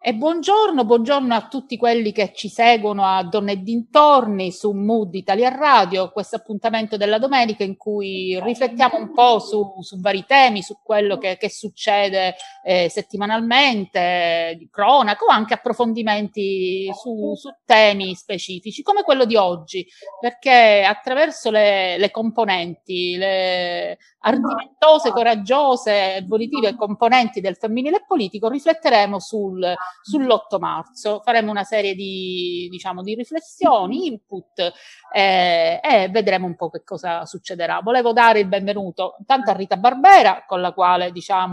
E buongiorno a tutti quelli che ci seguono a Donne e Dintorni su Mood Italia Radio, questo appuntamento della domenica in cui riflettiamo un po' su vari temi, su quello che succede settimanalmente, di cronaca o anche approfondimenti su temi specifici, come quello di oggi, perché attraverso le componenti, le ardimentose, coraggiose e volitive componenti del femminile politico, rifletteremo sull'8 marzo. Faremo una serie di riflessioni, input e vedremo un po' che cosa succederà. Volevo dare il benvenuto intanto a Rita Barbera, con la quale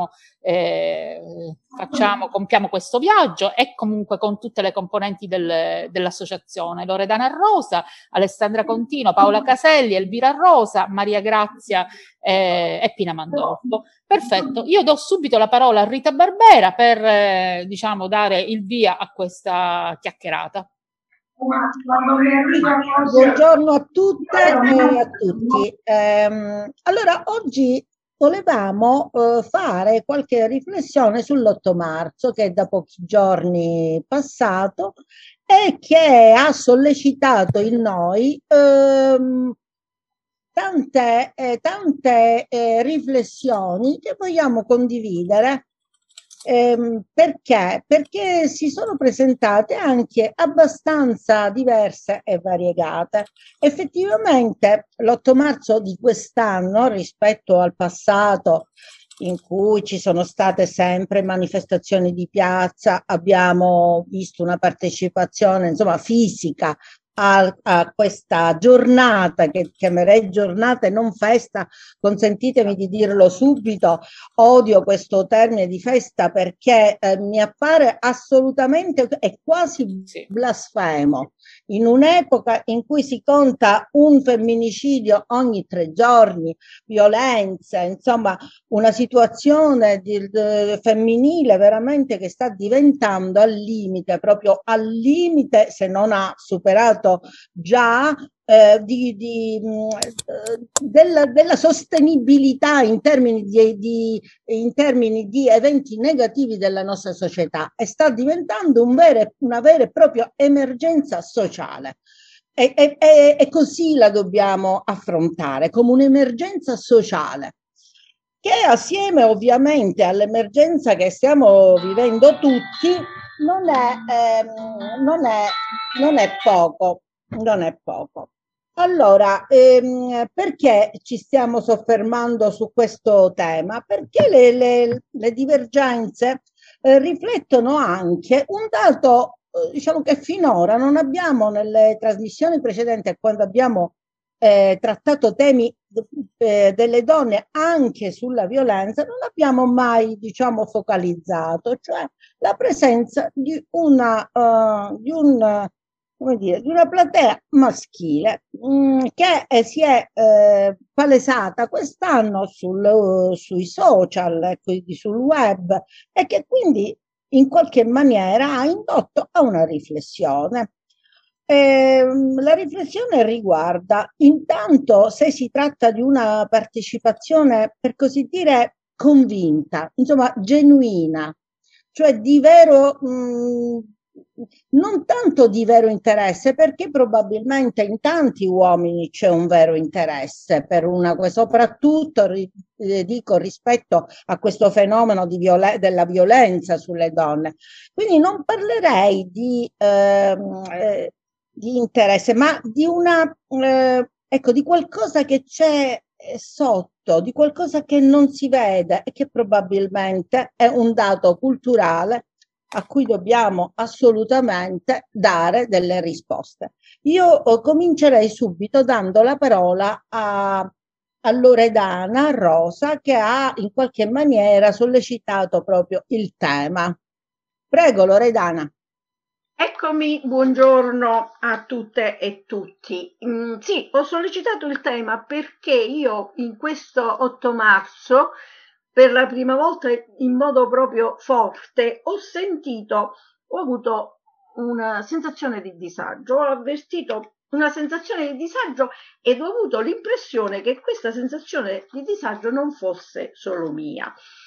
compiamo questo viaggio, e comunque con tutte le componenti dell'associazione: Loredana Rosa, Alessandra Contino, Paola Caselli, Elvira Rosa, Maria Grazia e Pina Mandolfo. Perfetto, io do subito la parola a Rita Barbera per dare il via a questa chiacchierata. Buongiorno a tutte e a tutti. Allora, oggi volevamo fare qualche riflessione sull'8 marzo, che è da pochi giorni passato e che ha sollecitato in noi tante riflessioni che vogliamo condividere. Perché? Perché si sono presentate anche abbastanza diverse e variegate. Effettivamente l'8 marzo di quest'anno, rispetto al passato in cui ci sono state sempre manifestazioni di piazza, abbiamo visto una partecipazione, insomma, fisica a questa giornata, che chiamerei giornata e non festa. Consentitemi di dirlo subito: odio questo termine di festa perché mi appare assolutamente e quasi blasfemo in un'epoca in cui si conta un femminicidio ogni 3 giorni, violenze, insomma una situazione femminile veramente che sta diventando al limite, proprio al limite, se non ha superato già della sostenibilità in termini di eventi negativi della nostra società, e sta diventando una vera e propria emergenza sociale. E così la dobbiamo affrontare, come un'emergenza sociale, che assieme ovviamente all'emergenza che stiamo vivendo tutti non è poco. Allora, perché ci stiamo soffermando su questo tema? Perché le divergenze riflettono anche un dato, diciamo, che finora non abbiamo nelle trasmissioni precedenti, quando abbiamo trattato temi delle donne anche sulla violenza, non abbiamo mai, diciamo, focalizzato, cioè la presenza di una platea maschile che si è palesata quest'anno sui social e quindi sul web, e che quindi in qualche maniera ha indotto a una riflessione. La riflessione riguarda intanto se si tratta di una partecipazione, per così dire, convinta, insomma genuina, cioè di vero, non tanto di vero interesse, perché probabilmente in tanti uomini c'è un vero interesse per soprattutto dico rispetto a questo fenomeno della violenza sulle donne. Quindi non parlerei di interesse, ma di di qualcosa che c'è sotto, di qualcosa che non si vede e che probabilmente è un dato culturale a cui dobbiamo assolutamente dare delle risposte. Io comincerei subito dando la parola a Loredana Rosa, che ha in qualche maniera sollecitato proprio il tema. Prego, Loredana. Eccomi, buongiorno a tutte e tutti. Sì, ho sollecitato il tema perché io in questo 8 marzo, per la prima volta in modo proprio forte, ho avuto una sensazione di disagio, ho avvertito una sensazione di disagio ed ho avuto l'impressione che questa sensazione di disagio non fosse solo mia.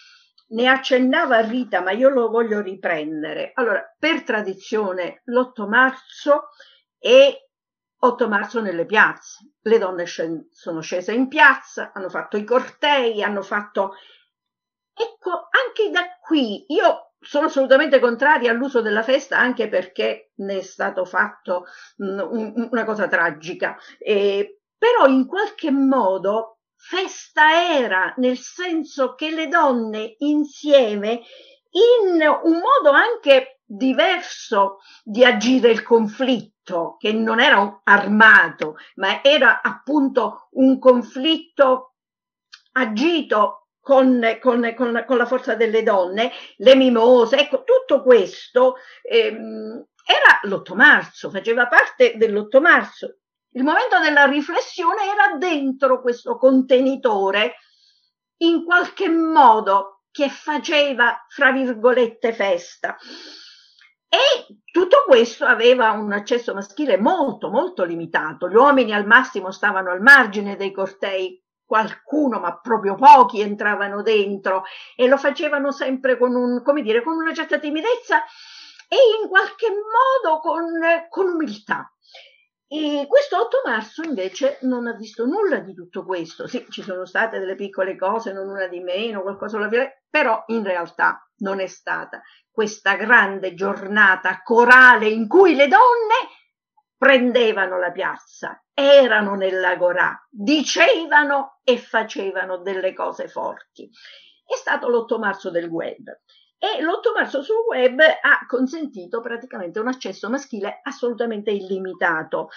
ne accennava Rita, ma io lo voglio riprendere. Allora, per tradizione, l'8 marzo è 8 marzo nelle piazze. Le donne sono scese in piazza, hanno fatto i cortei, hanno fatto... Ecco, anche da qui io sono assolutamente contraria all'uso della festa, anche perché ne è stato fatto una cosa tragica. Però in qualche modo festa era, nel senso che le donne insieme, in un modo anche diverso di agire il conflitto, che non era armato, ma era appunto un conflitto agito con la forza delle donne, le mimose, ecco, tutto questo era l'8 marzo, faceva parte dell'8 marzo. Il momento della riflessione era dentro questo contenitore, in qualche modo, che faceva, fra virgolette, festa. E tutto questo aveva un accesso maschile molto, molto limitato. Gli uomini al massimo stavano al margine dei cortei, qualcuno, ma proprio pochi, entravano dentro e lo facevano sempre con una certa timidezza e in qualche modo con umiltà. E questo 8 marzo invece non ha visto nulla di tutto questo. Sì, ci sono state delle piccole cose, non una di meno, qualcosa alla fine, però in realtà non è stata questa grande giornata corale in cui le donne prendevano la piazza, erano nell'agorà, dicevano e facevano delle cose forti. È stato l'8 marzo del web. E l'8 marzo sul web ha consentito praticamente un accesso maschile assolutamente illimitato.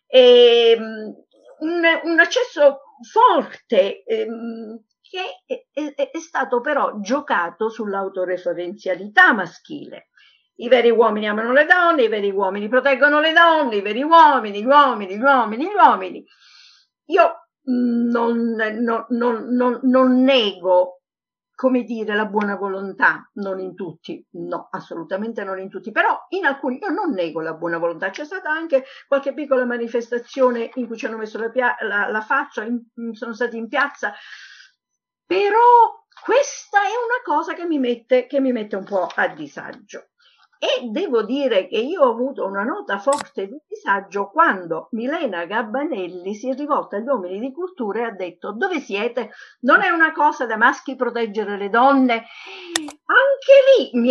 Un accesso forte che è stato però giocato sull'autoreferenzialità maschile. I veri uomini amano le donne, i veri uomini proteggono le donne, i veri uomini, gli uomini, gli uomini, gli uomini. Io non nego, come dire, la buona volontà, non in tutti, no, assolutamente non in tutti, però in alcuni io non nego la buona volontà. C'è stata anche qualche piccola manifestazione in cui ci hanno messo la faccia, sono stati in piazza, però questa è una cosa che mi mette un po' a disagio. E devo dire che io ho avuto una nota forte di disagio quando Milena Gabbanelli si è rivolta agli uomini di cultura e ha detto: dove siete? Non è una cosa da maschi proteggere le donne? Anche lì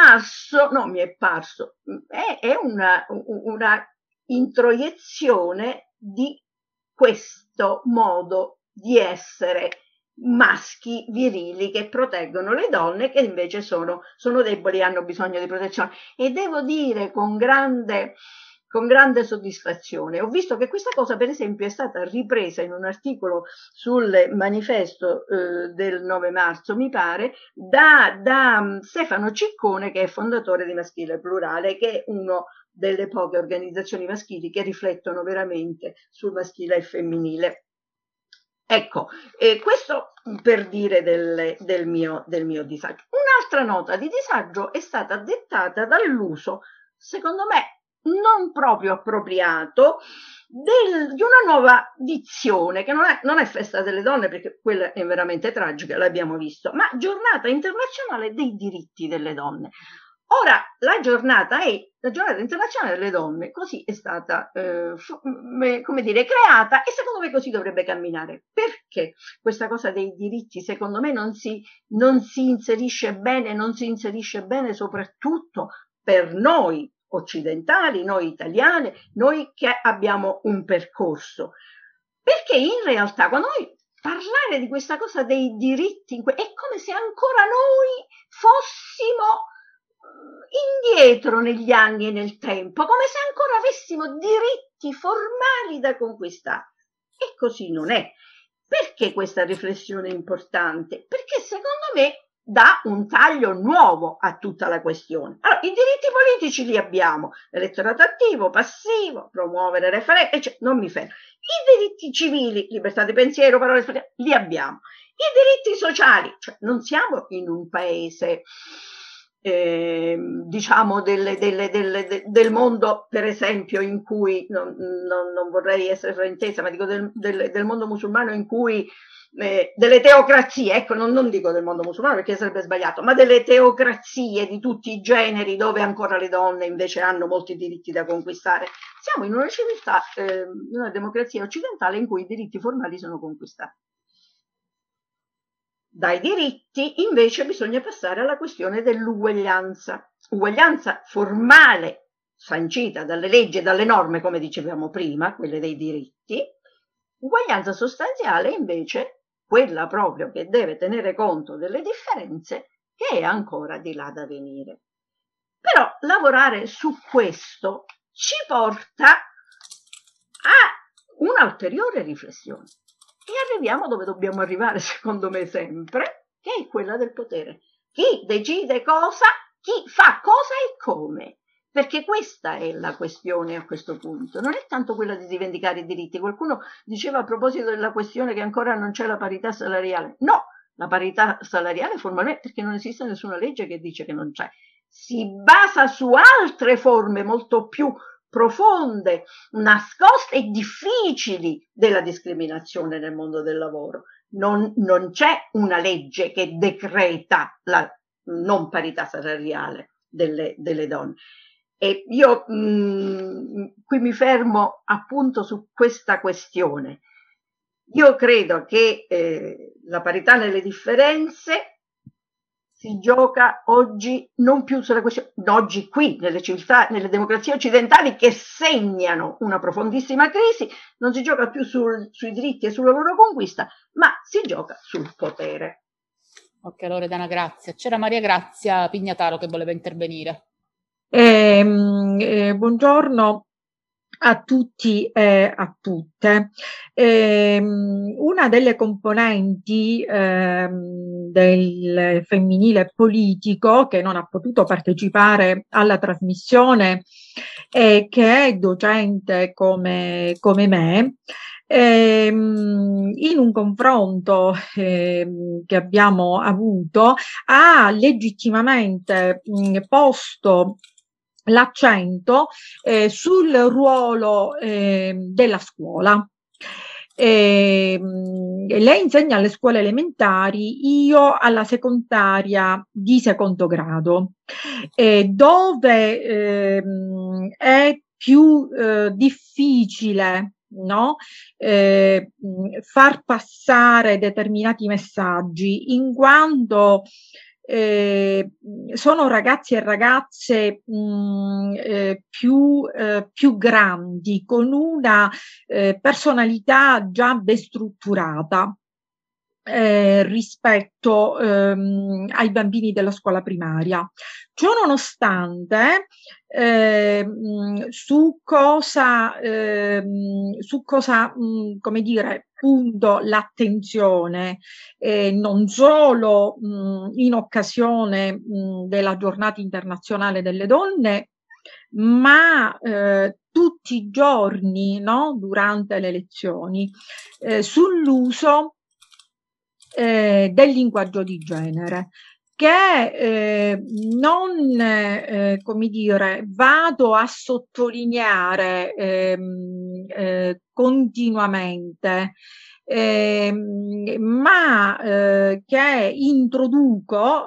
è una introiezione di questo modo di essere maschi virili che proteggono le donne, che invece sono deboli e hanno bisogno di protezione. E devo dire con grande soddisfazione, ho visto che questa cosa per esempio è stata ripresa in un articolo sul manifesto del 9 marzo, mi pare, da Stefano Ciccone, che è fondatore di Maschile Plurale, che è uno delle poche organizzazioni maschili che riflettono veramente sul maschile e femminile. Ecco, questo per dire del mio disagio. Un'altra nota di disagio è stata dettata dall'uso, secondo me non proprio appropriato, di una nuova dizione, che non è festa delle donne, perché quella è veramente tragica, l'abbiamo visto, ma giornata internazionale dei diritti delle donne. Ora, la giornata internazionale delle donne, così è stata, come dire, creata, e secondo me così dovrebbe camminare. Perché questa cosa dei diritti, secondo me, non si inserisce bene soprattutto per noi occidentali, noi italiane, noi che abbiamo un percorso. Perché in realtà, quando noi parlare di questa cosa dei diritti, è come se ancora noi fossimo indietro negli anni e nel tempo, come se ancora avessimo diritti formali da conquistare. E così non è. Perché questa riflessione è importante? Perché secondo me dà un taglio nuovo a tutta la questione. Allora, i diritti politici li abbiamo: elettorato attivo, passivo, promuovere referendum, cioè, non mi fermo. I diritti civili, libertà di pensiero, parole, li abbiamo. I diritti sociali, cioè non siamo in un paese diciamo del mondo, per esempio, in cui non vorrei essere fraintesa, ma dico del mondo musulmano, in cui delle teocrazie, ecco, non dico del mondo musulmano perché sarebbe sbagliato, ma delle teocrazie di tutti i generi dove ancora le donne invece hanno molti diritti da conquistare. Siamo in una civiltà, in una democrazia occidentale in cui i diritti formali sono conquistati. Dai diritti invece bisogna passare alla questione dell'uguaglianza, uguaglianza formale sancita dalle leggi e dalle norme, come dicevamo prima, quelle dei diritti, uguaglianza sostanziale invece, quella proprio che deve tenere conto delle differenze, che è ancora di là da venire. Però lavorare su questo ci porta a un'ulteriore riflessione. E arriviamo dove dobbiamo arrivare, secondo me, sempre, che è quella del potere. Chi decide cosa, chi fa cosa e come. Perché questa è la questione a questo punto. Non è tanto quella di rivendicare i diritti. Qualcuno diceva a proposito della questione che ancora non c'è la parità salariale. No, la parità salariale formalmente, perché non esiste nessuna legge che dice che non c'è. Si basa su altre forme molto più profonde, nascoste e difficili della discriminazione nel mondo del lavoro. Non c'è una legge che decreta la non parità salariale delle donne. E io qui mi fermo appunto su questa questione. Io credo che la parità nelle differenze si gioca oggi non più sulla questione, oggi qui nelle civiltà, nelle democrazie occidentali che segnano una profondissima crisi, non si gioca più sui diritti e sulla loro conquista, ma si gioca sul potere. Ok, Loredana, grazie. C'era Maria Grazia Pignataro che voleva intervenire. Buongiorno a tutti e a tutte. Una delle componenti del femminile politico che non ha potuto partecipare alla trasmissione e che è docente come me, in un confronto che abbiamo avuto ha legittimamente posto l'accento sul ruolo della scuola. Lei insegna alle scuole elementari, io alla secondaria di secondo grado, dove è più difficile, no? Far passare determinati messaggi, in quanto sono ragazzi e ragazze più grandi, con una personalità già ben strutturata rispetto ai bambini della scuola primaria. Ciò nonostante, su cosa come dire, punto l'attenzione, non solo in occasione della Giornata Internazionale delle Donne, ma tutti i giorni, no, durante le lezioni, sull'uso del linguaggio di genere, che non, come dire, vado a sottolineare continuamente, ma che introduco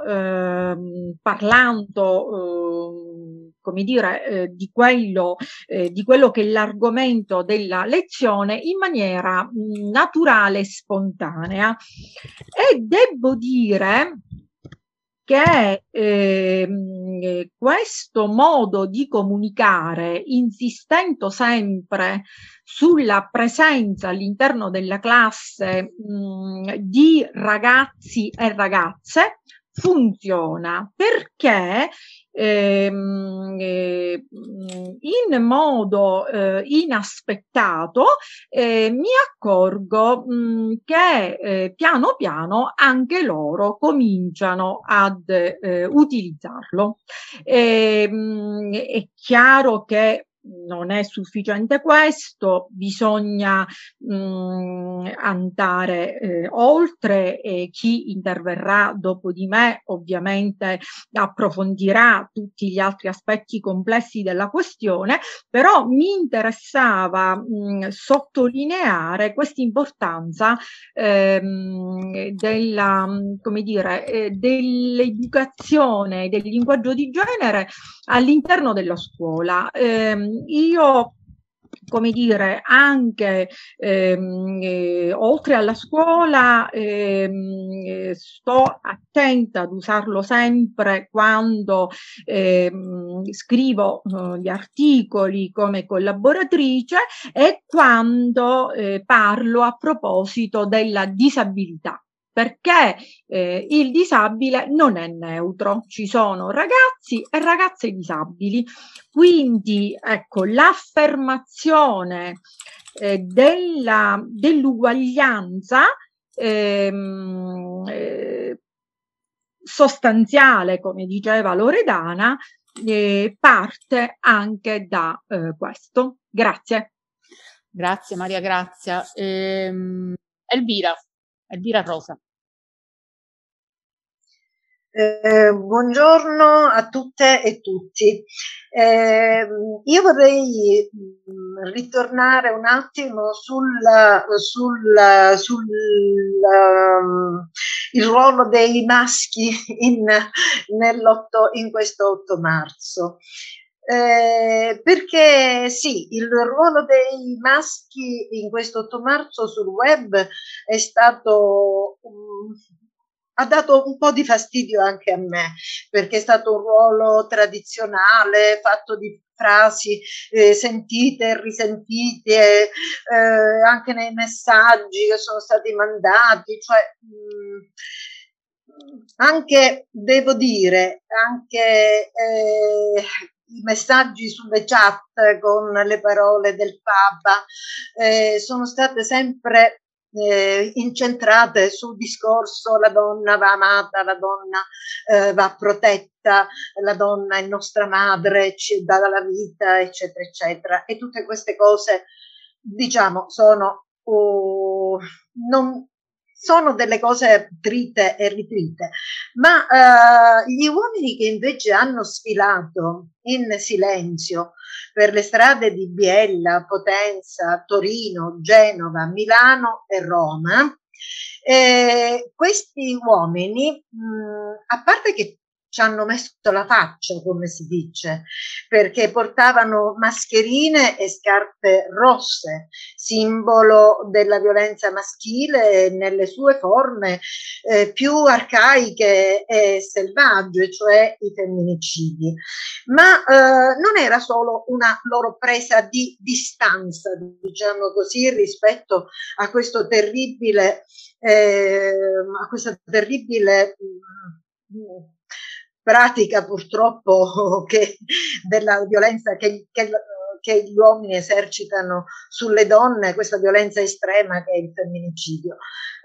parlando come dire di quello che è l'argomento della lezione in maniera naturale e spontanea. E devo dire che questo modo di comunicare, insistendo sempre sulla presenza all'interno della classe di ragazzi e ragazze, funziona, perché in modo inaspettato mi accorgo che piano piano anche loro cominciano ad utilizzarlo. È chiaro che non è sufficiente questo, bisogna andare oltre, e chi interverrà dopo di me ovviamente approfondirà tutti gli altri aspetti complessi della questione, però mi interessava sottolineare questa importanza della, come dire, dell'educazione, del linguaggio di genere all'interno della scuola. Io, come dire, anche oltre alla scuola sto attenta ad usarlo sempre quando scrivo gli articoli come collaboratrice e quando parlo a proposito della disabilità. Perché il disabile non è neutro, ci sono ragazzi e ragazze disabili, quindi ecco, l'affermazione dell'uguaglianza sostanziale, come diceva Loredana, parte anche da questo. Grazie. Grazie Maria Grazia. Elvira Rosa. Buongiorno a tutte e tutti. Io vorrei ritornare un attimo il ruolo dei maschi in questo 8 marzo. Perché sì, il ruolo dei maschi in questo 8 marzo sul web è stato ha dato un po' di fastidio anche a me, perché è stato un ruolo tradizionale, fatto di frasi sentite e risentite, anche nei messaggi che sono stati mandati, cioè anche, devo dire, anche i messaggi sulle chat con le parole del Papa sono state sempre incentrate sul discorso: la donna va amata, la donna va protetta, la donna è nostra madre, ci dà la vita, eccetera, eccetera. E tutte queste cose, diciamo, non sono delle cose trite e ritrite, ma gli uomini che invece hanno sfilato in silenzio per le strade di Biella, Potenza, Torino, Genova, Milano e Roma, questi uomini, a parte che ci hanno messo la faccia, come si dice, perché portavano mascherine e scarpe rosse, simbolo della violenza maschile nelle sue forme più arcaiche e selvagge, cioè i femminicidi. Ma non era solo una loro presa di distanza, diciamo così, rispetto a questo terribile pratica, purtroppo, della violenza che gli uomini esercitano sulle donne, questa violenza estrema che è il femminicidio.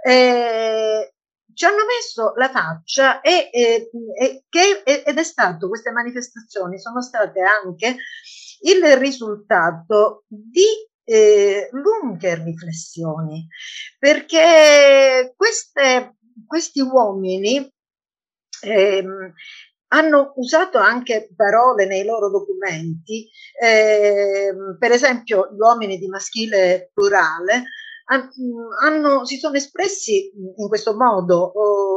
Ci hanno messo la faccia ed è stato, queste manifestazioni sono state anche il risultato di lunghe riflessioni, perché questi uomini hanno usato anche parole nei loro documenti, per esempio gli uomini di maschile plurale si sono espressi in questo modo.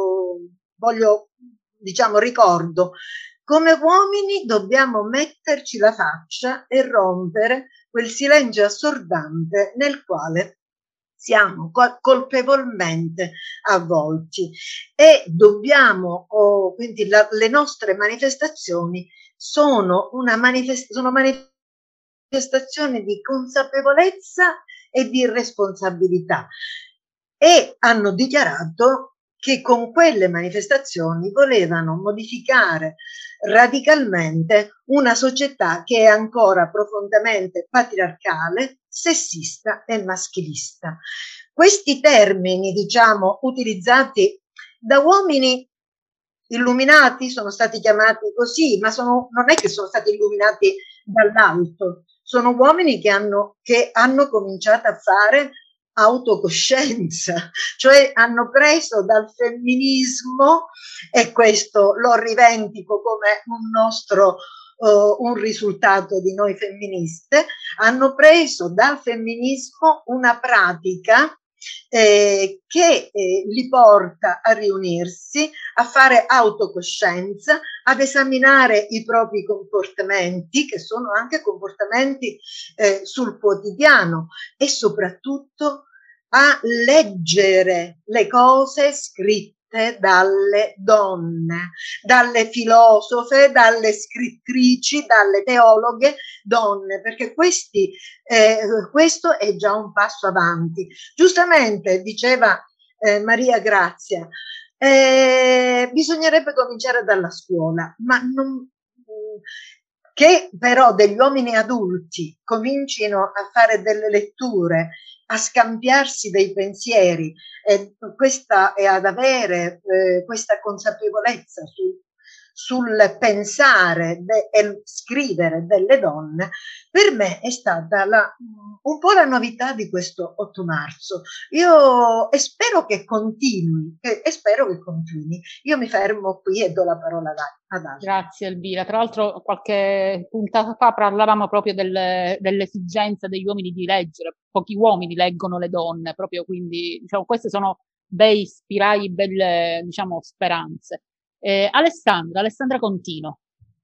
Ricordo: come uomini dobbiamo metterci la faccia e rompere quel silenzio assordante nel quale siamo colpevolmente avvolti, e dobbiamo, quindi le nostre manifestazioni sono manifestazioni di consapevolezza e di responsabilità, e hanno dichiarato che con quelle manifestazioni volevano modificare radicalmente una società che è ancora profondamente patriarcale, sessista e maschilista. Questi termini, diciamo, utilizzati da uomini illuminati, sono stati chiamati così, ma non è che sono stati illuminati dall'alto, sono uomini che hanno cominciato a fare autocoscienza, cioè hanno preso dal femminismo, e questo lo rivendico come un risultato di noi femministe, hanno preso dal femminismo una pratica che li porta a riunirsi, a fare autocoscienza, ad esaminare i propri comportamenti, che sono anche comportamenti sul quotidiano, e soprattutto a leggere le cose scritte dalle donne, dalle filosofe, dalle scrittrici, dalle teologhe donne, perché questo è già un passo avanti. Giustamente diceva Maria Grazia, bisognerebbe cominciare dalla scuola, ma che però degli uomini adulti comincino a fare delle letture, a scambiarsi dei pensieri e ad avere questa consapevolezza sul pensare e scrivere delle donne, per me è stata un po' la novità di questo 8 marzo. Io spero che continui, Io mi fermo qui e do la parola ad altri. Grazie Elvira. Tra l'altro qualche puntata fa parlavamo proprio dell'esigenza degli uomini di leggere. Pochi uomini leggono le donne, proprio, quindi diciamo queste sono bei spiragli, belle, diciamo, speranze. Alessandra Contino.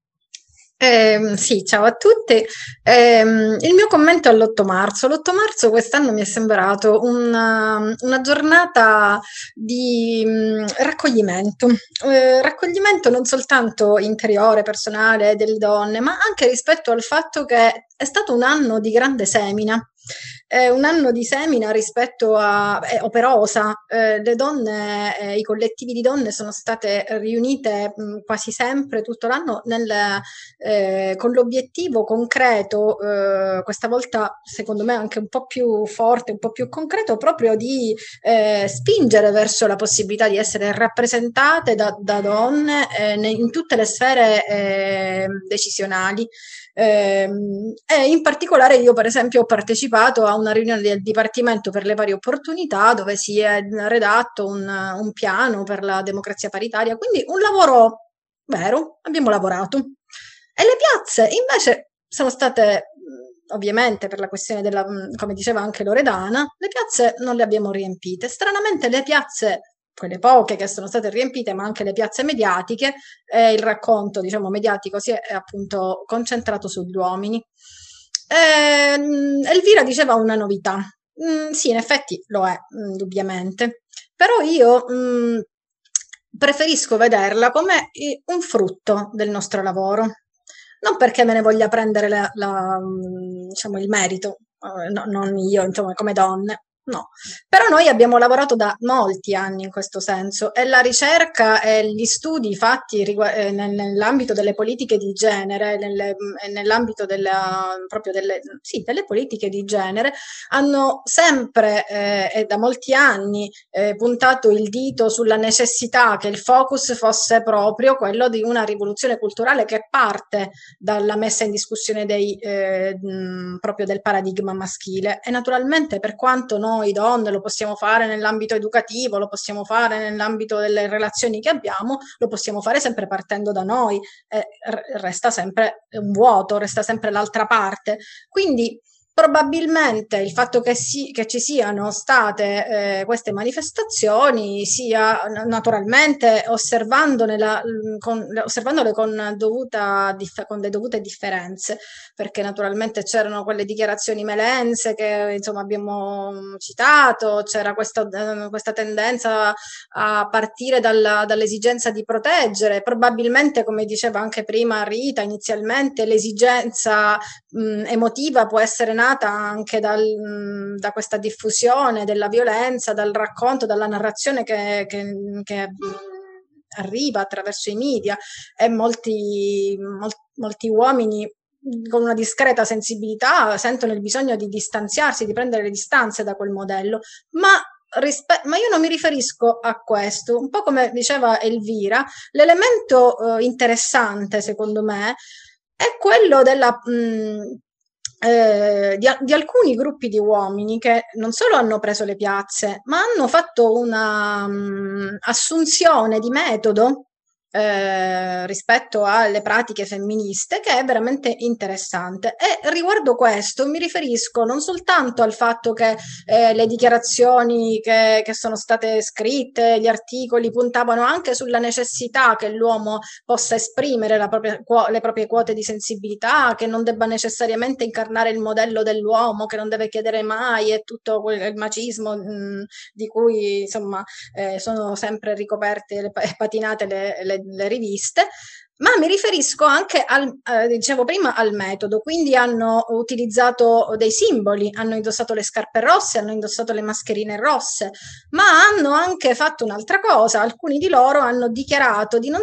Sì, ciao a tutti. Il mio commento all'8 marzo. L'8 marzo quest'anno mi è sembrato una giornata di raccoglimento. Raccoglimento non soltanto interiore, personale delle donne, ma anche rispetto al fatto che è stato un anno di grande semina. Un anno di semina rispetto a operosa. Le donne, i collettivi di donne sono state riunite quasi sempre tutto l'anno con l'obiettivo concreto, questa volta secondo me anche un po' più forte, un po' più concreto, proprio di spingere verso la possibilità di essere rappresentate da donne in tutte le sfere decisionali. E in particolare io per esempio ho partecipato a una riunione del Dipartimento per le Pari Opportunità, dove si è redatto un piano per la democrazia paritaria, quindi un lavoro vero, abbiamo lavorato. E le piazze invece sono state, ovviamente per la questione come diceva anche Loredana, le piazze non le abbiamo riempite. Stranamente le piazze, quelle poche che sono state riempite, ma anche le piazze mediatiche, il racconto, diciamo, mediatico si è appunto concentrato sugli uomini. Elvira diceva una novità. Sì, in effetti lo è, indubbiamente, però io preferisco vederla come un frutto del nostro lavoro, non perché me ne voglia prendere diciamo, il merito, no, non io, insomma, come donne. No, però noi abbiamo lavorato da molti anni in questo senso, e la ricerca e gli studi fatti nell'ambito delle politiche di genere, nell'ambito delle politiche di genere, hanno sempre e da molti anni puntato il dito sulla necessità che il focus fosse proprio quello di una rivoluzione culturale che parte dalla messa in discussione proprio del paradigma maschile. E naturalmente, per quanto noi donne lo possiamo fare nell'ambito educativo, lo possiamo fare nell'ambito delle relazioni che abbiamo, lo possiamo fare sempre partendo da noi, resta sempre un vuoto, resta sempre l'altra parte. Quindi probabilmente il fatto che ci siano state queste manifestazioni sia naturalmente osservandole con le dovute differenze, perché naturalmente c'erano quelle dichiarazioni melense che insomma abbiamo citato, c'era questa tendenza a partire dall'esigenza di proteggere, probabilmente, come diceva anche prima Rita, inizialmente l'esigenza emotiva può essere nata anche da questa diffusione della violenza, dal racconto, dalla narrazione che arriva attraverso i media, e molti uomini con una discreta sensibilità sentono il bisogno di distanziarsi, di prendere le distanze da quel modello, ma io non mi riferisco a questo. Un po' come diceva Elvira, l'elemento interessante secondo me è quello di alcuni gruppi di uomini che non solo hanno preso le piazze, ma hanno fatto una assunzione di metodo rispetto alle pratiche femministe che è veramente interessante. E riguardo questo mi riferisco non soltanto al fatto che le dichiarazioni che sono state scritte, gli articoli puntavano anche sulla necessità che l'uomo possa esprimere le proprie quote di sensibilità, che non debba necessariamente incarnare il modello dell'uomo, che non deve chiedere mai, e tutto il macismo di cui insomma sono sempre ricoperte e patinate le riviste, ma mi riferisco anche dicevo prima, al metodo. Quindi hanno utilizzato dei simboli, hanno indossato le scarpe rosse, hanno indossato le mascherine rosse, ma hanno anche fatto un'altra cosa. Alcuni di loro hanno dichiarato di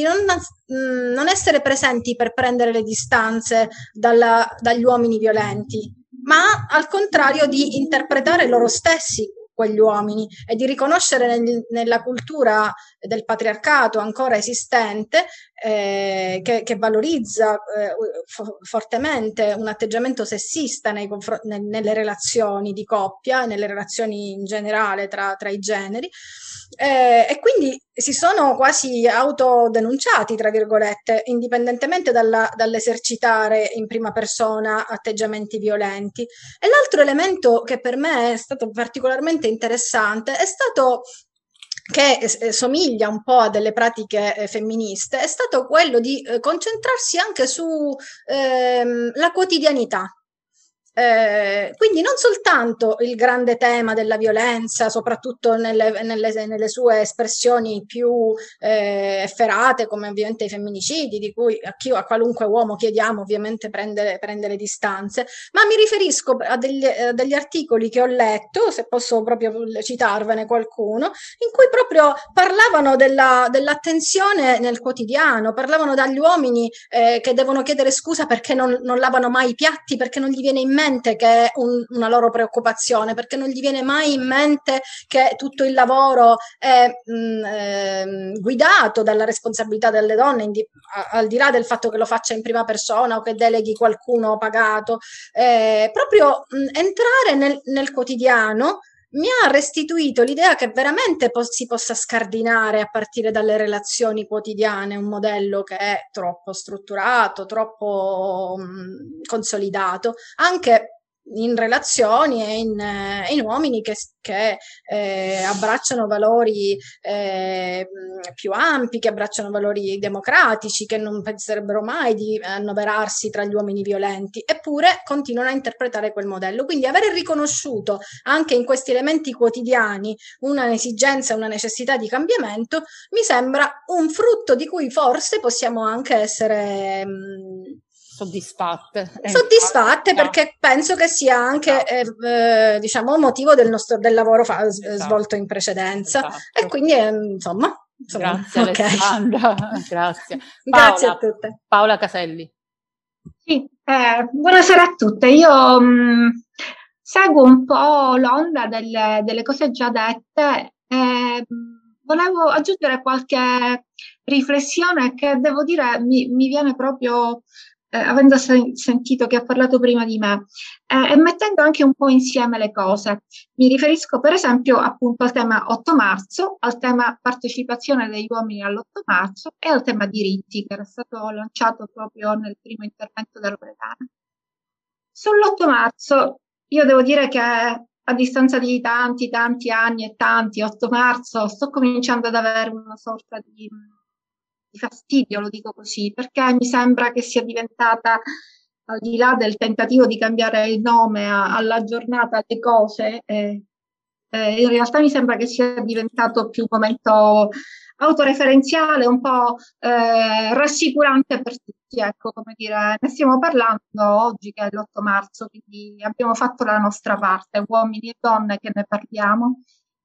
non essere presenti per prendere le distanze dagli uomini violenti, ma al contrario di interpretare loro stessi quegli uomini e di riconoscere nella cultura del patriarcato ancora esistente, che valorizza fortemente un atteggiamento sessista nelle relazioni di coppia, nelle relazioni in generale tra i generi, e quindi si sono quasi autodenunciati, tra virgolette, indipendentemente dall'esercitare in prima persona atteggiamenti violenti. E l'altro elemento che per me è stato particolarmente interessante è stato, che somiglia un po' a delle pratiche femministe, è stato quello di concentrarsi anche su la quotidianità. Quindi non soltanto il grande tema della violenza, soprattutto nelle sue espressioni più efferate, come ovviamente i femminicidi, di cui a qualunque uomo chiediamo ovviamente prendere le distanze, ma mi riferisco a degli articoli che ho letto, se posso proprio citarvene qualcuno, in cui proprio parlavano dell'attenzione nel quotidiano, parlavano dagli uomini che devono chiedere scusa perché non lavano mai i piatti, perché non gli viene in mente che è una loro preoccupazione, perché non gli viene mai in mente che tutto il lavoro è guidato dalla responsabilità delle donne, al di là del fatto che lo faccia in prima persona o che deleghi qualcuno pagato. Proprio entrare nel quotidiano mi ha restituito l'idea che veramente si possa scardinare a partire dalle relazioni quotidiane un modello che è troppo strutturato, troppo consolidato, anche in relazioni e in uomini che abbracciano valori più ampi, che abbracciano valori democratici, che non penserebbero mai di annoverarsi tra gli uomini violenti, eppure continuano a interpretare quel modello. Quindi avere riconosciuto anche in questi elementi quotidiani un'esigenza, una necessità di cambiamento, mi sembra un frutto di cui forse possiamo anche essere soddisfatte, perché penso che sia anche diciamo motivo del lavoro svolto in precedenza, e quindi insomma grazie okay. Alessandra. Grazie. Grazie a tutte. Paola Caselli. Sì, buonasera a tutte. Io seguo un po' l'onda delle cose già dette. Volevo aggiungere qualche riflessione che devo dire mi viene proprio avendo sentito che ha parlato prima di me, e mettendo anche un po' insieme le cose. Mi riferisco per esempio appunto al tema 8 marzo, al tema partecipazione degli uomini all'8 marzo e al tema diritti, che era stato lanciato proprio nel primo intervento della Loredana. Sull'8 marzo io devo dire che a distanza di tanti anni e tanti 8 marzo sto cominciando ad avere una sorta di fastidio, lo dico così, perché mi sembra che sia diventata, al di là del tentativo di cambiare il nome alla giornata delle cose, in realtà mi sembra che sia diventato più un momento autoreferenziale, un po' rassicurante per tutti, ecco, come dire, ne stiamo parlando oggi che è l'8 marzo, quindi abbiamo fatto la nostra parte, uomini e donne che ne parliamo.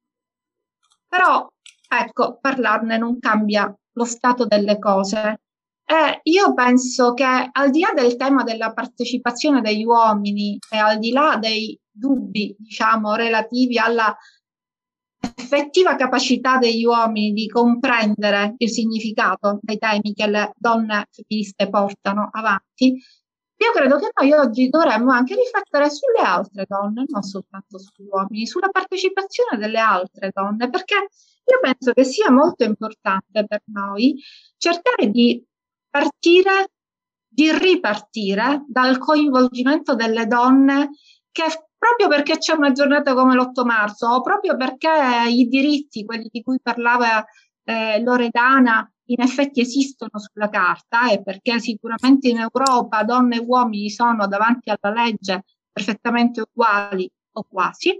Però, ecco, parlarne non cambia lo stato delle cose. Io penso che al di là del tema della partecipazione degli uomini e al di là dei dubbi, diciamo, relativi alla effettiva capacità degli uomini di comprendere il significato dei temi che le donne femministe portano avanti, io credo che noi oggi dovremmo anche riflettere sulle altre donne, non soltanto sugli uomini, sulla partecipazione delle altre donne, perché io penso che sia molto importante per noi cercare di partire, di ripartire dal coinvolgimento delle donne, che proprio perché c'è una giornata come l'8 marzo, o proprio perché i diritti, quelli di cui parlava Loredana, in effetti esistono sulla carta, e perché sicuramente in Europa donne e uomini sono davanti alla legge perfettamente uguali o quasi.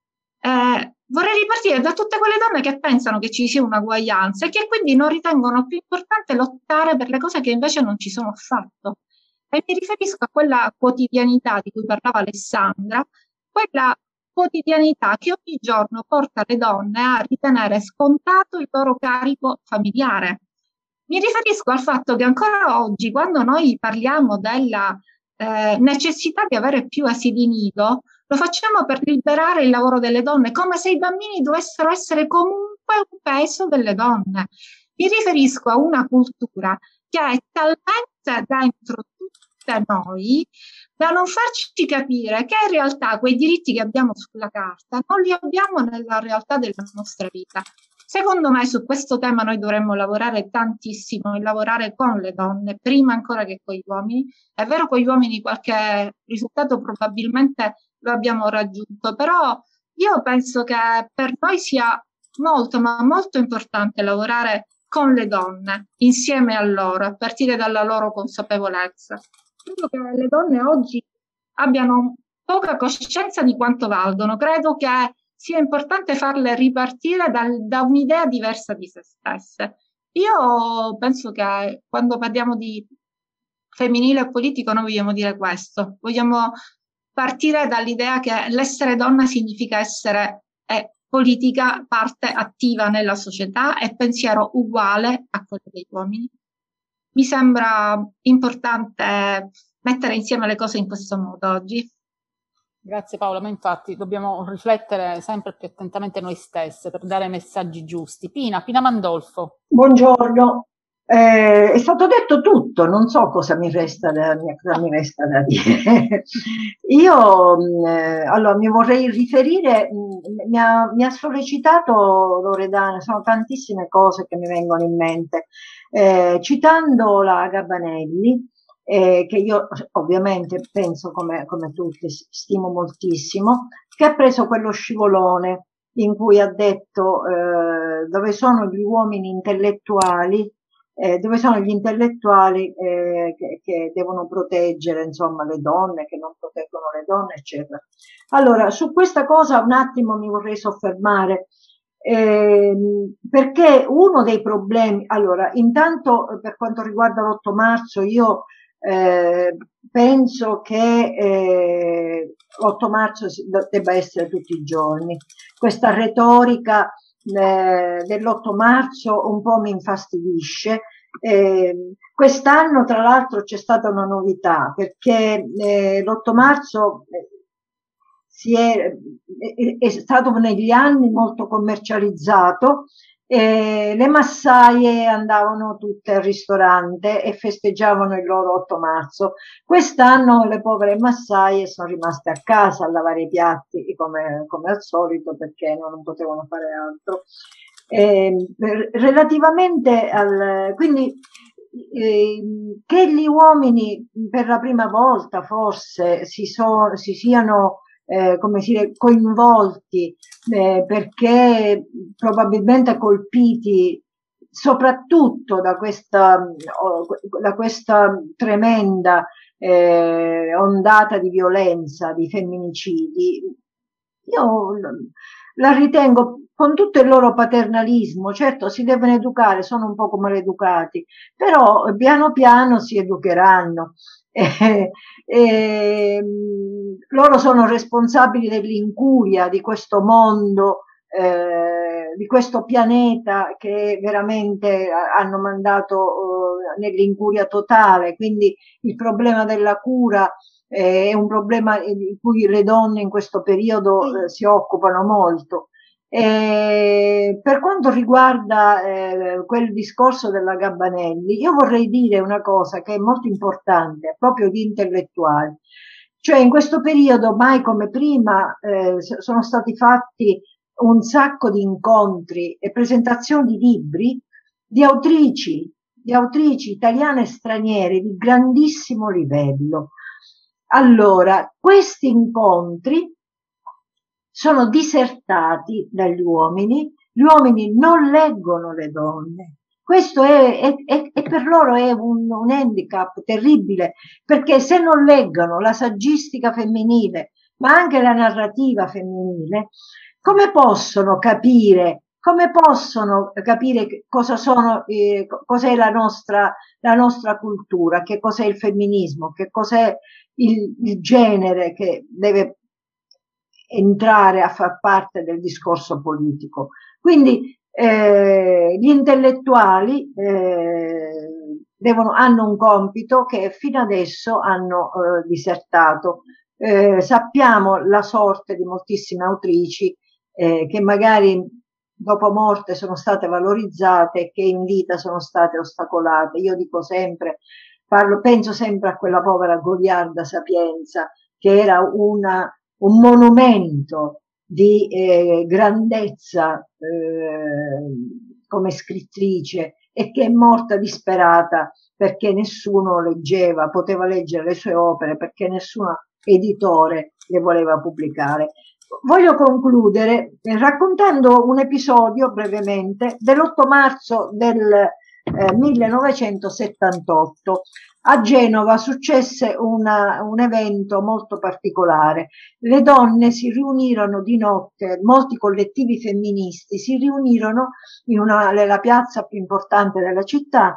Vorrei ripartire da tutte quelle donne che pensano che ci sia un'uguaglianza e che quindi non ritengono più importante lottare per le cose che invece non ci sono affatto. E mi riferisco a quella quotidianità di cui parlava Alessandra, quella quotidianità che ogni giorno porta le donne a ritenere scontato il loro carico familiare. Mi riferisco al fatto che ancora oggi, quando noi parliamo della necessità di avere più asili nido, lo facciamo per liberare il lavoro delle donne, come se i bambini dovessero essere comunque un peso delle donne. Mi riferisco a una cultura che è talmente dentro tutte noi da non farci capire che in realtà quei diritti che abbiamo sulla carta non li abbiamo nella realtà della nostra vita. Secondo me su questo tema noi dovremmo lavorare tantissimo e lavorare con le donne, prima ancora che con gli uomini. È vero, con gli uomini qualche risultato probabilmente lo abbiamo raggiunto, però io penso che per noi sia molto, ma molto importante lavorare con le donne, insieme a loro, a partire dalla loro consapevolezza. Credo che le donne oggi abbiano poca coscienza di quanto valgono. Credo che sia importante farle ripartire da un'idea diversa di se stesse. Io penso che quando parliamo di femminile e politico noi vogliamo dire questo, vogliamo partire dall'idea che l'essere donna significa essere politica, parte attiva nella società e pensiero uguale a quello degli uomini. Mi sembra importante mettere insieme le cose in questo modo oggi. Grazie Paola, ma infatti dobbiamo riflettere sempre più attentamente noi stesse per dare messaggi giusti. Pina Mandolfo. Buongiorno. È stato detto tutto, non so cosa mi resta da dire. Io allora mi vorrei riferire, mi ha sollecitato Loredana, sono tantissime cose che mi vengono in mente, citando la Gabanelli, che io ovviamente penso come tutti stimo moltissimo, che ha preso quello scivolone in cui ha detto dove sono gli uomini intellettuali, dove sono gli intellettuali che devono proteggere, insomma, le donne, che non proteggono le donne, eccetera. Allora, su questa cosa un attimo mi vorrei soffermare, perché uno dei problemi, allora, intanto per quanto riguarda l'8 marzo, io penso che l'8 marzo debba essere tutti i giorni. Questa retorica dell'8 marzo un po' mi infastidisce. Quest'anno tra l'altro c'è stata una novità, perché l'8 marzo è stato negli anni molto commercializzato. Le massaie andavano tutte al ristorante e festeggiavano il loro 8 marzo. Quest'anno le povere massaie sono rimaste a casa a lavare i piatti come al solito, perché non potevano fare altro. Relativamente quindi che gli uomini per la prima volta forse si siano come si dice, coinvolti perché probabilmente colpiti soprattutto da questa tremenda ondata di violenza, di femminicidi. Io la ritengo, con tutto il loro paternalismo, certo si devono educare, sono un poco maleducati, però piano piano si educheranno. Loro sono responsabili dell'incuria di questo mondo, di questo pianeta che veramente hanno mandato nell'incuria totale, quindi il problema della cura è un problema di cui le donne in questo periodo si occupano molto. Per quanto riguarda quel discorso della Gabbanelli, io vorrei dire una cosa che è molto importante, proprio di intellettuali. Cioè in questo periodo, mai come prima, sono stati fatti un sacco di incontri e presentazioni di libri di autrici italiane e straniere di grandissimo livello. Allora, questi incontri sono disertati dagli uomini, gli uomini non leggono le donne. Questo è per loro è un handicap terribile, perché se non leggono la saggistica femminile, ma anche la narrativa femminile, come possono capire cosa sono, cos'è la nostra cultura, che cos'è il femminismo, che cos'è il genere che deve entrare a far parte del discorso politico. Quindi gli intellettuali hanno un compito che fino adesso hanno disertato. Sappiamo la sorte di moltissime autrici che magari dopo morte sono state valorizzate e che in vita sono state ostacolate. Io dico sempre, penso sempre a quella povera Goliarda Sapienza, che era un monumento di grandezza come scrittrice, e che è morta disperata perché nessuno poteva leggere le sue opere, perché nessun editore le voleva pubblicare. Voglio concludere raccontando un episodio brevemente dell'8 marzo del 1978. A Genova successe un evento molto particolare. Le donne si riunirono di notte, molti collettivi femministi si riunirono nella piazza più importante della città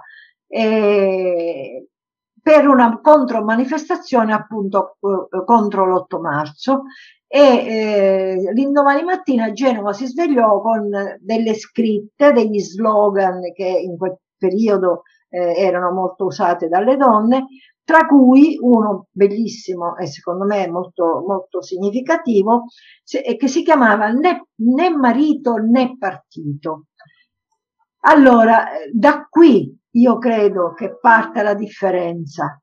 per una contromanifestazione appunto contro l'8 marzo. L'indomani mattina Genova si svegliò con delle scritte, degli slogan che in quel periodo erano molto usate dalle donne, tra cui uno bellissimo e secondo me molto, molto significativo, che si chiamava né marito né partito. Allora, da qui io credo che parte la differenza,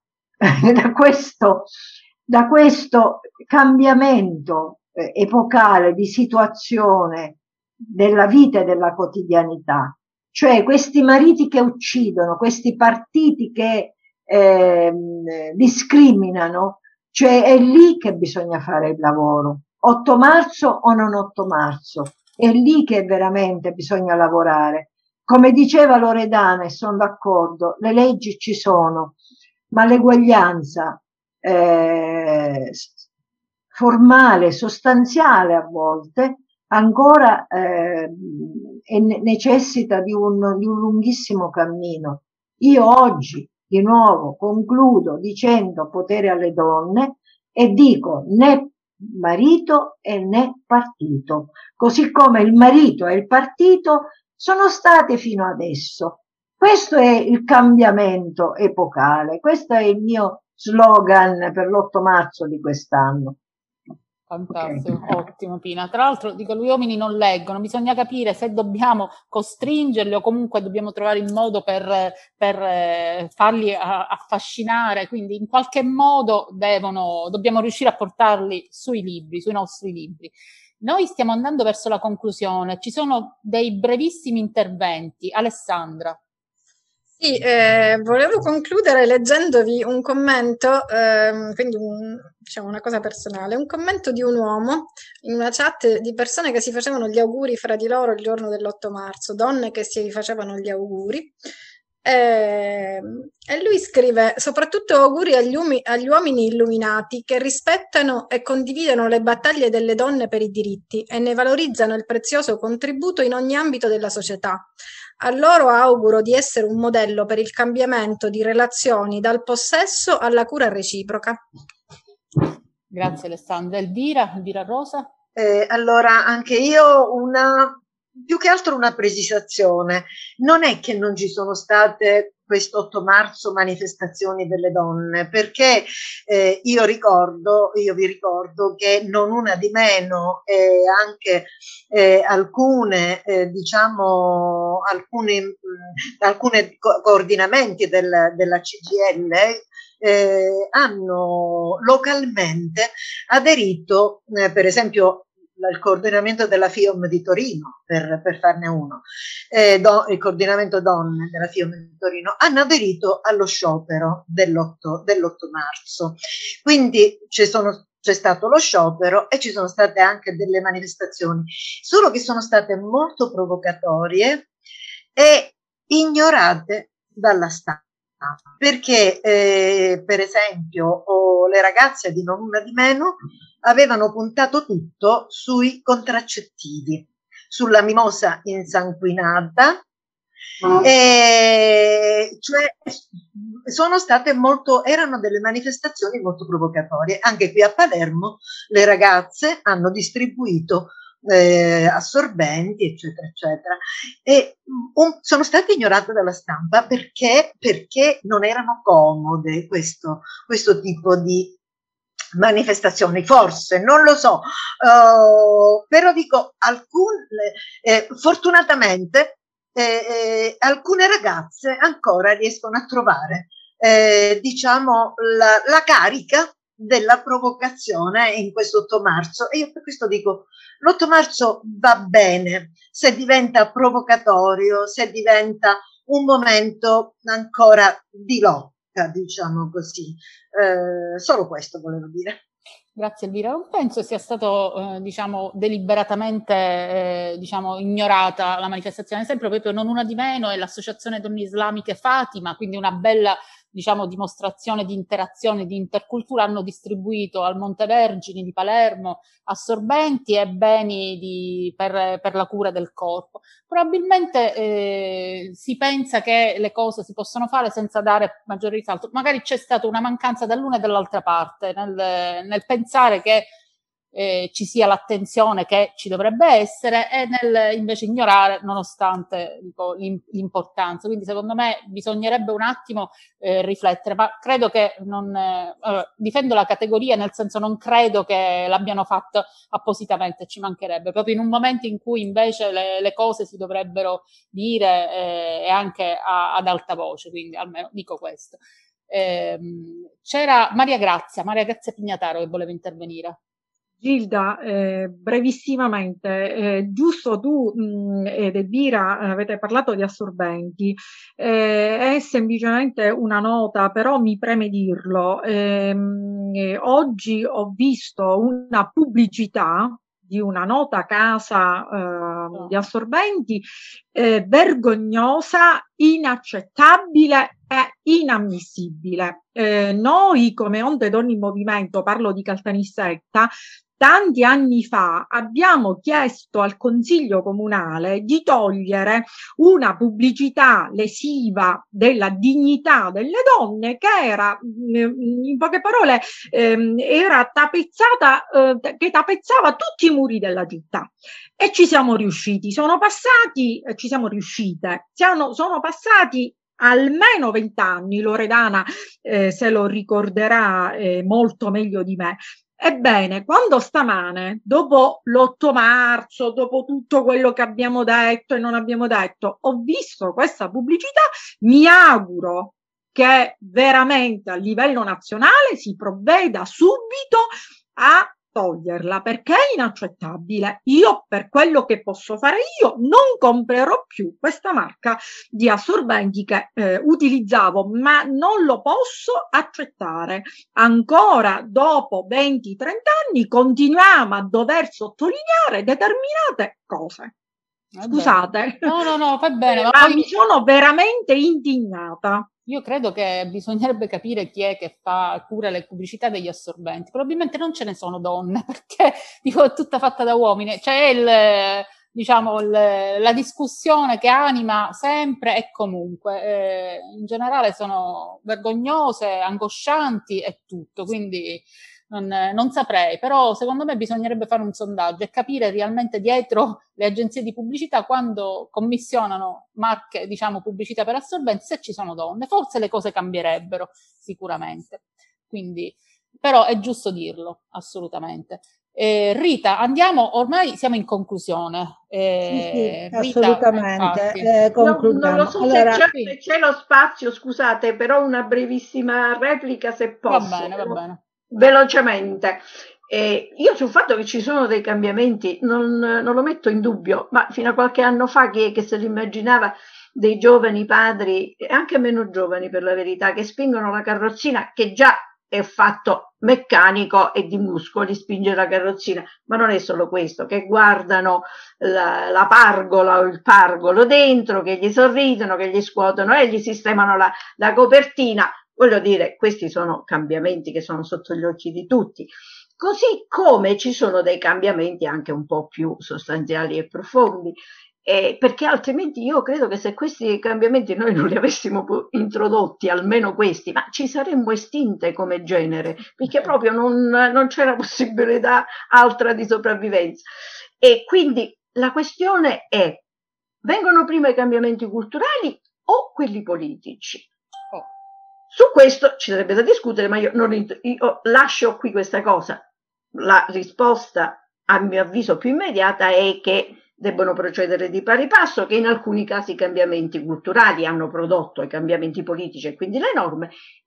da questo cambiamento epocale di situazione della vita e della quotidianità. Cioè questi mariti che uccidono, questi partiti che discriminano, cioè è lì che bisogna fare il lavoro. 8 marzo o non 8 marzo, è lì che veramente bisogna lavorare. Come diceva Loredana, e sono d'accordo, le leggi ci sono, ma l'eguaglianza formale, sostanziale a volte, ancora necessita di un lunghissimo cammino. Io oggi di nuovo concludo dicendo potere alle donne e dico né marito e né partito, così come il marito e il partito sono state fino adesso. Questo è il cambiamento epocale, questo è il mio slogan per l'8 marzo di quest'anno. Fantastico, okay. Ottimo Pina. Tra l'altro dico, gli uomini non leggono, bisogna capire se dobbiamo costringerli o comunque dobbiamo trovare il modo per farli affascinare, quindi in qualche modo dobbiamo riuscire a portarli sui nostri libri. Noi stiamo andando verso la conclusione, ci sono dei brevissimi interventi. Alessandra. Sì, volevo concludere leggendovi un commento, quindi diciamo una cosa personale, un commento di un uomo in una chat di persone che si facevano gli auguri fra di loro il giorno dell'8 marzo, donne che si facevano gli auguri. E lui scrive: soprattutto auguri agli uomini illuminati che rispettano e condividono le battaglie delle donne per i diritti e ne valorizzano il prezioso contributo in ogni ambito della società. A loro auguro di essere un modello per il cambiamento di relazioni dal possesso alla cura reciproca. Grazie Alessandra. Elvira Rosa? Allora, anche io più che altro una precisazione. Non è che non ci sono state questo 8 marzo manifestazioni delle donne, perché io vi ricordo che non una di meno, anche alcune diciamo alcune coordinamenti della CGIL hanno localmente aderito, per esempio il coordinamento della FIOM di Torino, per farne uno, il coordinamento donne della FIOM di Torino, hanno aderito allo sciopero dell'8 marzo. Quindi c'è stato lo sciopero e ci sono state anche delle manifestazioni, solo che sono state molto provocatorie e ignorate dalla stampa, perché per esempio le ragazze di Non Una Di Meno avevano puntato tutto sui contraccettivi, sulla mimosa insanguinata, cioè erano delle manifestazioni molto provocatorie. Anche qui a Palermo le ragazze hanno distribuito assorbenti, eccetera, eccetera, e sono state ignorate dalla stampa perché non erano comode questo tipo di manifestazioni, forse, non lo so, però dico, fortunatamente alcune ragazze ancora riescono a trovare diciamo la carica della provocazione in questo 8 marzo, e io per questo dico l'8 marzo va bene se diventa provocatorio, se diventa un momento ancora di lotta, diciamo così. Solo questo volevo dire. Grazie Elvira, non penso sia stato diciamo deliberatamente diciamo ignorata la manifestazione, sempre proprio Non Una Di Meno e l'Associazione Donne Islamiche Fatima, quindi una bella diciamo dimostrazione di interazione, di intercultura, hanno distribuito al Montevergine di Palermo assorbenti e beni per la cura del corpo. Probabilmente si pensa che le cose si possono fare senza dare maggiore risalto, magari c'è stata una mancanza dall'una e dall'altra parte nel pensare che ci sia l'attenzione che ci dovrebbe essere e nel invece ignorare nonostante dico, l'importanza. Quindi secondo me bisognerebbe un attimo riflettere, ma credo che difendo la categoria, nel senso non credo che l'abbiano fatto appositamente, ci mancherebbe, proprio in un momento in cui invece le cose si dovrebbero dire e anche ad alta voce, quindi almeno dico questo. C'era Maria Grazia Pignataro che voleva intervenire. Gilda, brevissimamente, giusto tu ed Elvira avete parlato di assorbenti, è semplicemente una nota, però mi preme dirlo. Oggi ho visto una pubblicità di una nota casa di assorbenti vergognosa, inaccettabile e inammissibile. Noi come Onde Donne in Movimento, parlo di Caltanissetta, tanti anni fa abbiamo chiesto al Consiglio Comunale di togliere una pubblicità lesiva della dignità delle donne che era, in poche parole, era tapezzata, che tapezzava tutti i muri della città. E ci siamo riusciti, sono passati almeno 20 anni, Loredana se lo ricorderà molto meglio di me. Ebbene, quando stamane, dopo l'8 marzo, dopo tutto quello che abbiamo detto e non abbiamo detto, ho visto questa pubblicità, mi auguro che veramente a livello nazionale si provveda subito a toglierla, perché è inaccettabile. Io, per quello che posso fare io, non comprerò più questa marca di assorbenti che utilizzavo, ma non lo posso accettare. Ancora dopo 20-30 anni continuiamo a dover sottolineare determinate cose. Scusate. No, va bene. Ma mi sono veramente indignata. Io credo che bisognerebbe capire chi è che cura le pubblicità degli assorbenti. Probabilmente non ce ne sono donne, perché dico, è tutta fatta da uomini. C'è la discussione che anima sempre e comunque. In generale sono vergognose, angoscianti e tutto. Quindi non saprei, però secondo me bisognerebbe fare un sondaggio e capire realmente dietro le agenzie di pubblicità, quando commissionano marche, diciamo, pubblicità per assorbenti, se ci sono donne. Forse le cose cambierebbero, sicuramente. Quindi, però è giusto dirlo, assolutamente. Rita, andiamo, ormai siamo in conclusione. Sì, Rita, assolutamente. Non lo Concludiamo. so Allora, se c'è lo spazio, scusate, però una brevissima replica, se va posso, bene, va bene. velocemente. Io sul fatto che ci sono dei cambiamenti non lo metto in dubbio, ma fino a qualche anno fa chi è che se lo immaginava dei giovani padri, e anche meno giovani per la verità, che spingono la carrozzina, che già è fatto meccanico e di muscoli spinge la carrozzina, ma non è solo questo, che guardano la pargola o il pargolo dentro, che gli sorridono, che gli scuotono e gli sistemano la copertina. Voglio dire, questi sono cambiamenti che sono sotto gli occhi di tutti. Così come ci sono dei cambiamenti anche un po' più sostanziali e profondi, perché altrimenti io credo che se questi cambiamenti noi non li avessimo introdotti, almeno questi, ma ci saremmo estinte come genere, perché proprio non c'era possibilità altra di sopravvivenza. E quindi la questione è, vengono prima i cambiamenti culturali o quelli politici? Su questo ci sarebbe da discutere, ma io lascio qui questa cosa. La risposta, a mio avviso, più immediata è che debbono procedere di pari passo, che in alcuni casi i cambiamenti culturali hanno prodotto i cambiamenti politici e quindi le norme,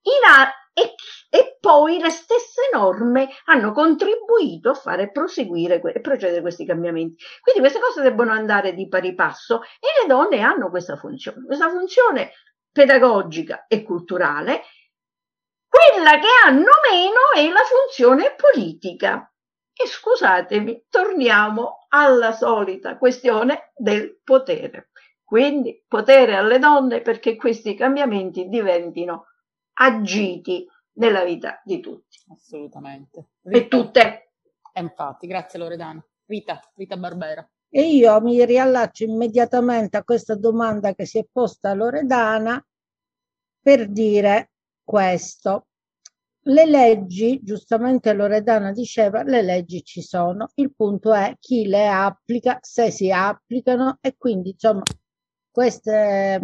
e poi le stesse norme hanno contribuito a fare proseguire e procedere questi cambiamenti. Quindi queste cose debbono andare di pari passo e le donne hanno questa funzione pedagogica e culturale. Quella che hanno meno è la funzione politica. E scusatemi, torniamo alla solita questione del potere. Quindi potere alle donne perché questi cambiamenti diventino agiti nella vita di tutti. Assolutamente. E tutte. Infatti, grazie Loredana. Rita Barbera. e io mi riallaccio immediatamente a questa domanda che si è posta Loredana per dire questo. Le leggi, giustamente Loredana diceva, le leggi ci sono, il punto è chi le applica, se si applicano, e quindi insomma queste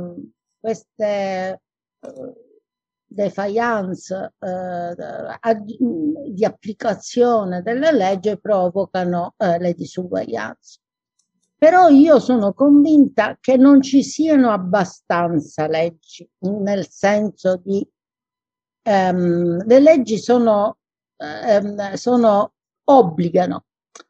defiance di applicazione delle leggi provocano le disuguaglianze. Però io sono convinta che non ci siano abbastanza leggi, nel senso di le leggi obbligano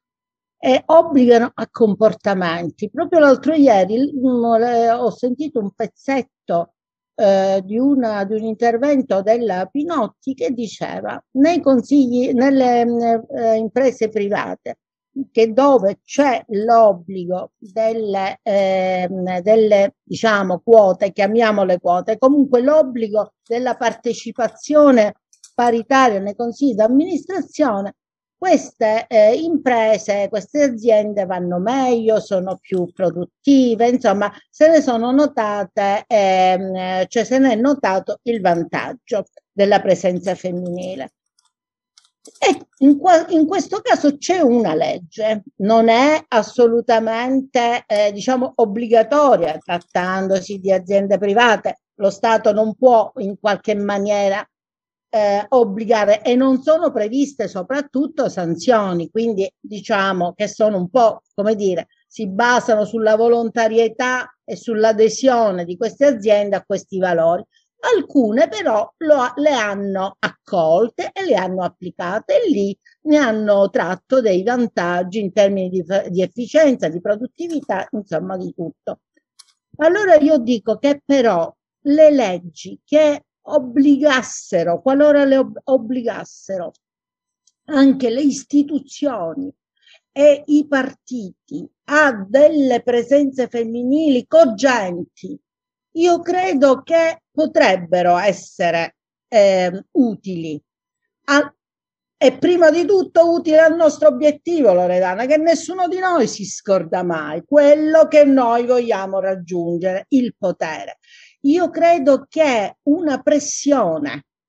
a comportamenti. Proprio l'altro ieri ho sentito un pezzetto di un intervento della Pinotti che diceva nei consigli, nelle imprese private, che dove c'è l'obbligo delle diciamo quote, chiamiamole quote, comunque l'obbligo della partecipazione paritaria nei consigli d'amministrazione, queste imprese, queste aziende vanno meglio, sono più produttive, insomma se ne sono notate, cioè se ne è notato il vantaggio della presenza femminile. E in questo caso c'è una legge, non è assolutamente diciamo obbligatoria, trattandosi di aziende private, lo Stato non può in qualche maniera obbligare, e non sono previste soprattutto sanzioni, quindi diciamo che sono un po', come dire, si basano sulla volontarietà e sull'adesione di queste aziende a questi valori. Alcune però le hanno accolte e le hanno applicate e lì ne hanno tratto dei vantaggi in termini di efficienza, di produttività, insomma di tutto. Allora io dico che però le leggi che obbligassero, qualora le obbligassero anche le istituzioni e i partiti a delle presenze femminili cogenti, io credo che potrebbero essere utili e prima di tutto utile al nostro obiettivo, Loredana, che nessuno di noi si scorda mai, quello che noi vogliamo raggiungere, il potere. Io credo che una pressione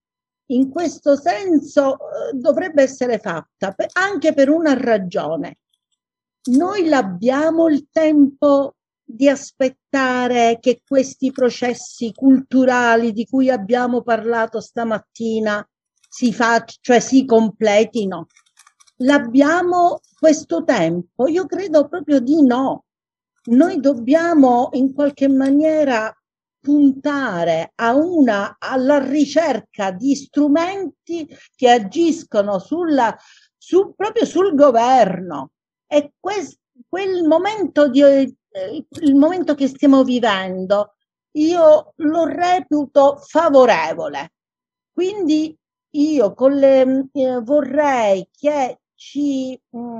in questo senso dovrebbe essere fatta anche per una ragione. Noi l'abbiamo il tempo di aspettare che questi processi culturali di cui abbiamo parlato stamattina si completino? L'abbiamo questo tempo? Io credo proprio di no. Noi dobbiamo in qualche maniera puntare alla ricerca di strumenti che agiscono proprio sul governo. E quel momento il momento che stiamo vivendo, io lo reputo favorevole. Quindi io vorrei che ci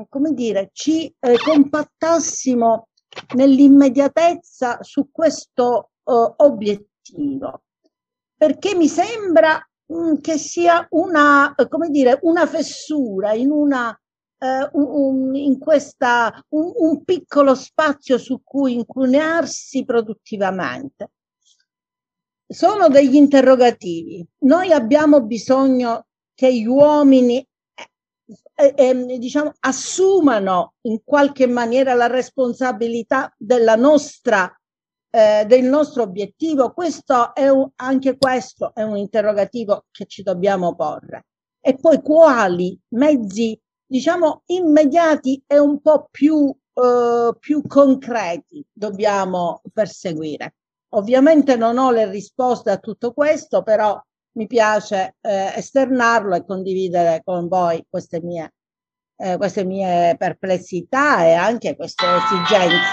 compattassimo nell'immediatezza su questo obiettivo, perché mi sembra che sia una fessura in un piccolo spazio su cui incunarsi produttivamente. Sono degli interrogativi. Noi abbiamo bisogno che gli uomini assumano in qualche maniera la responsabilità del nostro obiettivo. Anche questo è un interrogativo che ci dobbiamo porre. E poi quali mezzi immediati e un po' più concreti dobbiamo perseguire. Ovviamente non ho le risposte a tutto questo, però mi piace esternarlo e condividere con voi queste mie perplessità e anche queste esigenze.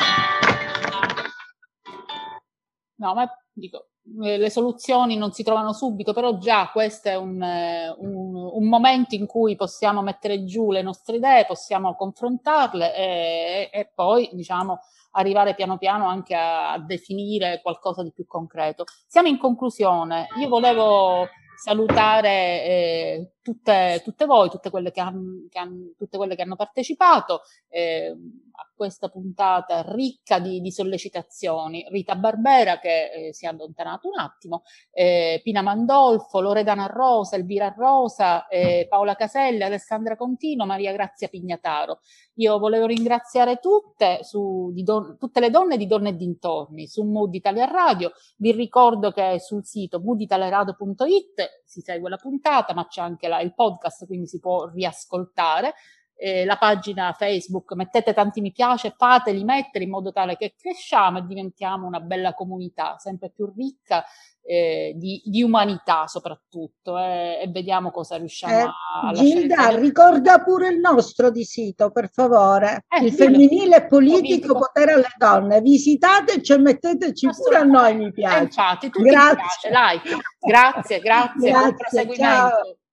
No, ma dico, le soluzioni non si trovano subito, però già questo è un momento in cui possiamo mettere giù le nostre idee, possiamo confrontarle e poi, arrivare piano piano anche a definire qualcosa di più concreto. Siamo in conclusione. Io volevo salutare tutte voi, tutte quelle che hanno partecipato a questa puntata ricca di sollecitazioni. Rita Barbera, che si è allontanato un attimo, Pina Mandolfo, Loredana Rosa, Elvira Rosa, Paola Casella, Alessandra Contino, Maria Grazia Pignataro. Io volevo ringraziare tutte le donne di Donne e Dintorni su Mood Italia Radio. Vi ricordo che sul sito mooditaliaradio.it si segue la puntata, ma c'è anche il podcast, quindi si può riascoltare. La pagina Facebook, mettete tanti mi piace, fateli mettere in modo tale che cresciamo e diventiamo una bella comunità sempre più ricca di umanità soprattutto, e vediamo cosa riusciamo a lasciare. Gilda, ricorda pure il nostro di sito, per favore, il femminile politico potere alle donne. Visitateci e metteteci pure a noi mi piace. Infatti, tutti mi piace, like. Grazie, buon proseguimento. Ciao.